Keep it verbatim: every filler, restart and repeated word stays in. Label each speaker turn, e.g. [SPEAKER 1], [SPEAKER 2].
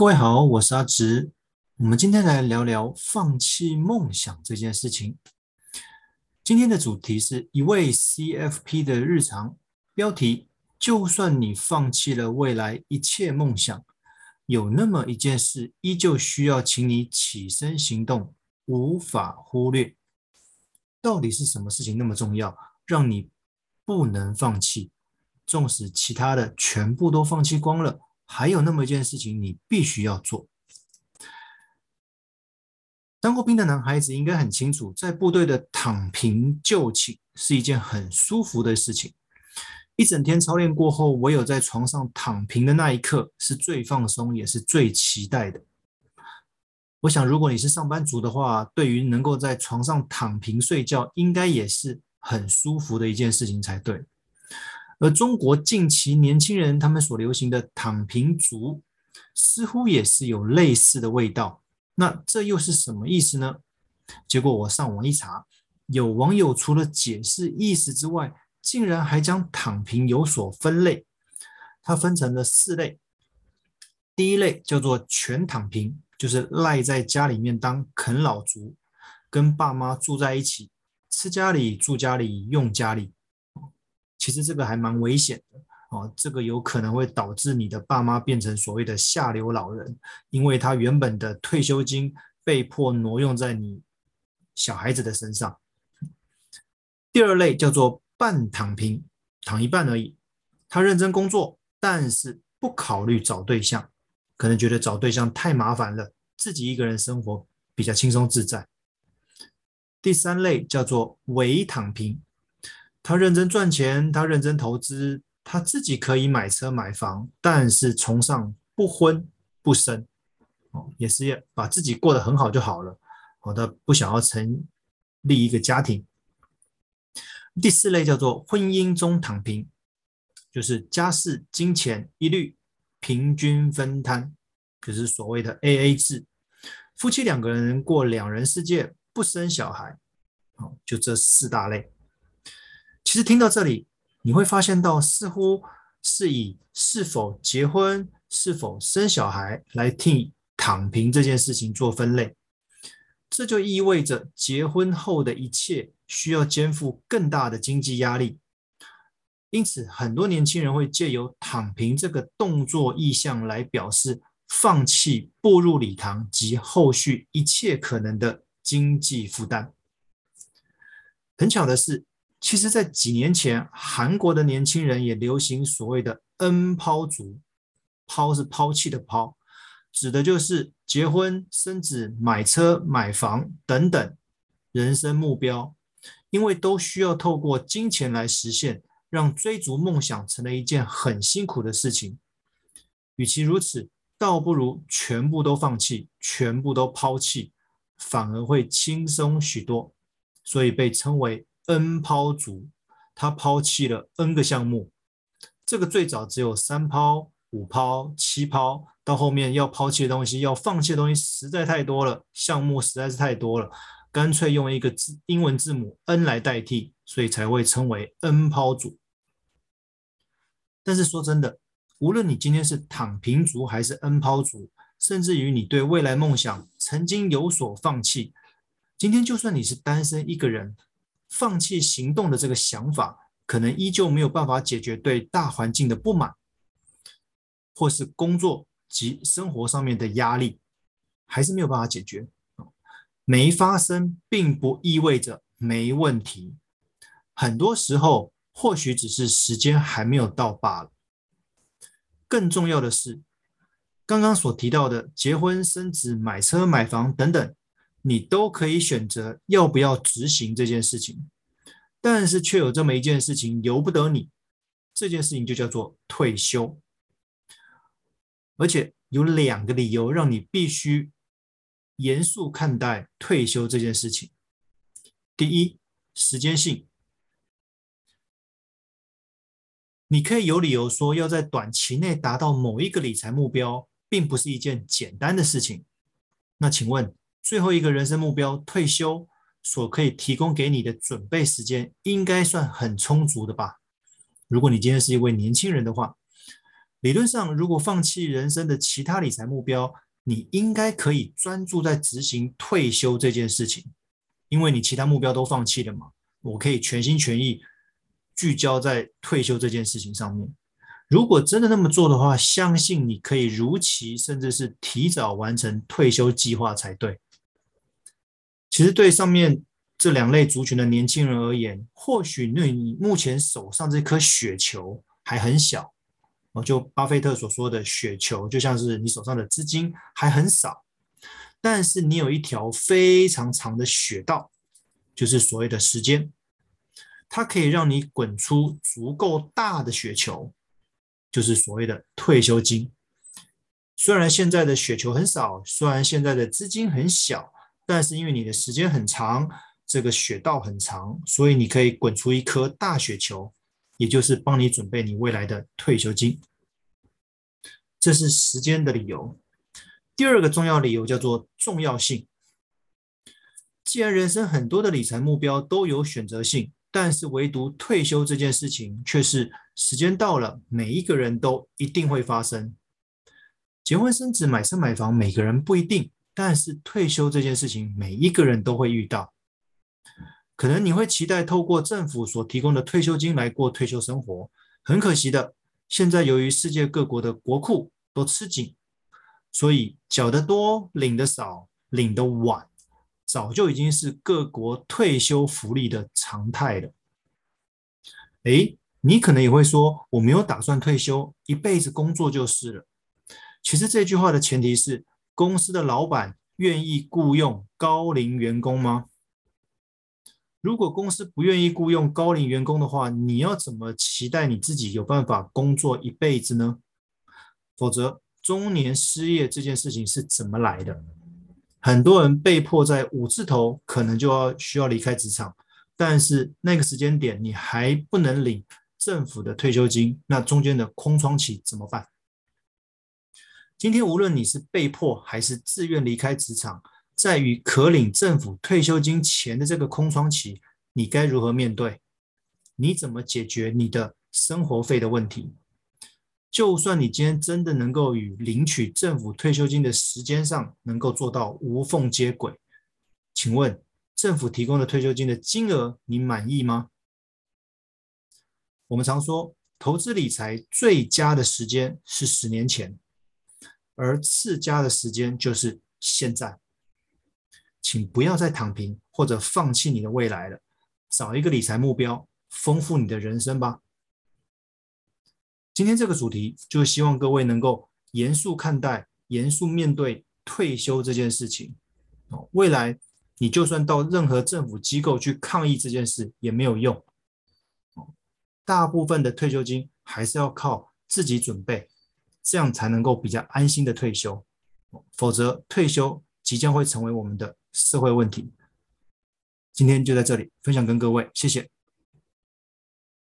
[SPEAKER 1] 各位好，我是阿直。我们今天来聊聊放弃梦想这件事情。今天的主题是一位 C F P 的日常，标题：就算你放弃了未来一切梦想，有那么一件事依旧需要请你起身行动，无法忽略。到底是什么事情那么重要，让你不能放弃？纵使其他的全部都放弃光了，还有那么一件事情你必须要做。当过兵的男孩子应该很清楚，在部队的躺平就寝是一件很舒服的事情。一整天操练过后，唯有在床上躺平的那一刻是最放松，也是最期待的。我想，如果你是上班族的话，对于能够在床上躺平睡觉，应该也是很舒服的一件事情才对。而中国近期年轻人他们所流行的躺平族，似乎也是有类似的味道。那这又是什么意思呢？结果我上网一查，有网友除了解释意思之外，竟然还将躺平有所分类。它分成了四类。第一类叫做全躺平，就是赖在家里面当啃老族，跟爸妈住在一起，吃家里住家里用家里。其实这个还蛮危险的哦，这个有可能会导致你的爸妈变成所谓的下流老人，因为他原本的退休金被迫挪用在你小孩子的身上。第二类叫做半躺平，躺一半而已，他认真工作，但是不考虑找对象，可能觉得找对象太麻烦了，自己一个人生活比较轻松自在。第三类叫做伪躺平，他认真赚钱，他认真投资，他自己可以买车买房，但是崇尚不婚不生，也是把自己过得很好就好了，他不想要成立一个家庭。第四类叫做婚姻中躺平，就是家事金钱一律平均分摊，就是所谓的 A A 制，夫妻两个人过两人世界，不生小孩，就这四大类。其实听到这里，你会发现到似乎是以是否结婚、是否生小孩来替躺平这件事情做分类。这就意味着结婚后的一切需要肩负更大的经济压力，因此很多年轻人会借由躺平这个动作意向来表示放弃步入礼堂及后续一切可能的经济负担。很巧的是，其实在几年前，韩国的年轻人也流行所谓的 N 抛族，抛是抛弃的抛，指的就是结婚、生子、买车、买房等等人生目标，因为都需要透过金钱来实现，让追逐梦想成了一件很辛苦的事情。与其如此，倒不如全部都放弃，全部都抛弃，反而会轻松许多。所以被称为 N 抛族，他抛弃了 N 个项目。这个最早只有三抛、五抛、七抛，到后面要抛弃的东西、要放弃的东西实在太多了，项目实在是太多了，干脆用一个字英文字母 N 来代替，所以才会称为 N 抛族。但是说真的，无论你今天是躺平族还是 N 抛族，甚至于你对未来梦想曾经有所放弃，今天就算你是单身一个人，放弃行动的这个想法，可能依旧没有办法解决对大环境的不满，或是工作及生活上面的压力，还是没有办法解决。没发生并不意味着没问题，很多时候或许只是时间还没有到罢了。更重要的是，刚刚所提到的结婚、生子、买车、买房等等，你都可以选择要不要执行这件事情，但是却有这么一件事情由不得你，这件事情就叫做退休。而且有两个理由让你必须严肃看待退休这件事情。第一，时间性，你可以有理由说要在短期内达到某一个理财目标，并不是一件简单的事情。那请问，最后一个人生目标退休所可以提供给你的准备时间，应该算很充足的吧？如果你今天是一位年轻人的话， 理论上，如果放弃人生的其他理财目标，你应该可以专注在执行退休这件事情，因为你其他目标都放弃了嘛。我可以全心全意聚焦在退休这件事情上面。如果真的那么做的话，相信你可以如期甚至是提早完成退休计划才对。其实对上面这两类族群的年轻人而言，或许你目前手上这颗雪球还很小，就巴菲特所说的雪球，就像是你手上的资金还很少，但是你有一条非常长的雪道，就是所谓的时间，它可以让你滚出足够大的雪球，就是所谓的退休金。虽然现在的雪球很少，虽然现在的资金很小，但是因为你的时间很长，这个雪道很长，所以你可以滚出一颗大雪球，也就是帮你准备你未来的退休金。这是时间的理由。第二个重要理由叫做重要性。既然人生很多的理财目标都有选择性，但是唯独退休这件事情却是时间到了，每一个人都一定会发生。结婚生子买车买房每个人不一定，但是退休这件事情每一个人都会遇到。可能你会期待透过政府所提供的退休金来过退休生活，很可惜的，现在由于世界各国的国库都吃紧，所以缴得多领得少领得晚，早就已经是各国退休福利的常态了。诶，你可能也会说，我没有打算退休，一辈子工作就是了。其实这句话的前提是，公司的老板愿意雇佣高龄员工吗？如果公司不愿意雇佣高龄员工的话，你要怎么期待你自己有办法工作一辈子呢？否则，中年失业这件事情是怎么来的？很多人被迫在五字头可能就要需要离开职场，但是那个时间点你还不能领政府的退休金，那中间的空窗期怎么办？今天无论你是被迫还是自愿离开职场，在于可领政府退休金前的这个空窗期，你该如何面对？你怎么解决你的生活费的问题？就算你今天真的能够与领取政府退休金的时间上能够做到无缝接轨，请问政府提供的退休金的金额你满意吗？我们常说，投资理财最佳的时间是十年前，而次佳的时间就是现在。请不要再躺平或者放弃你的未来了，找一个理财目标，丰富你的人生吧。今天这个主题就是希望各位能够严肃看待、严肃面对退休这件事情。未来你就算到任何政府机构去抗议这件事也没有用，大部分的退休金还是要靠自己准备，这样才能够比较安心的退休，否则退休即将会成为我们的社会问题。今天就在这里分享跟各位，谢谢。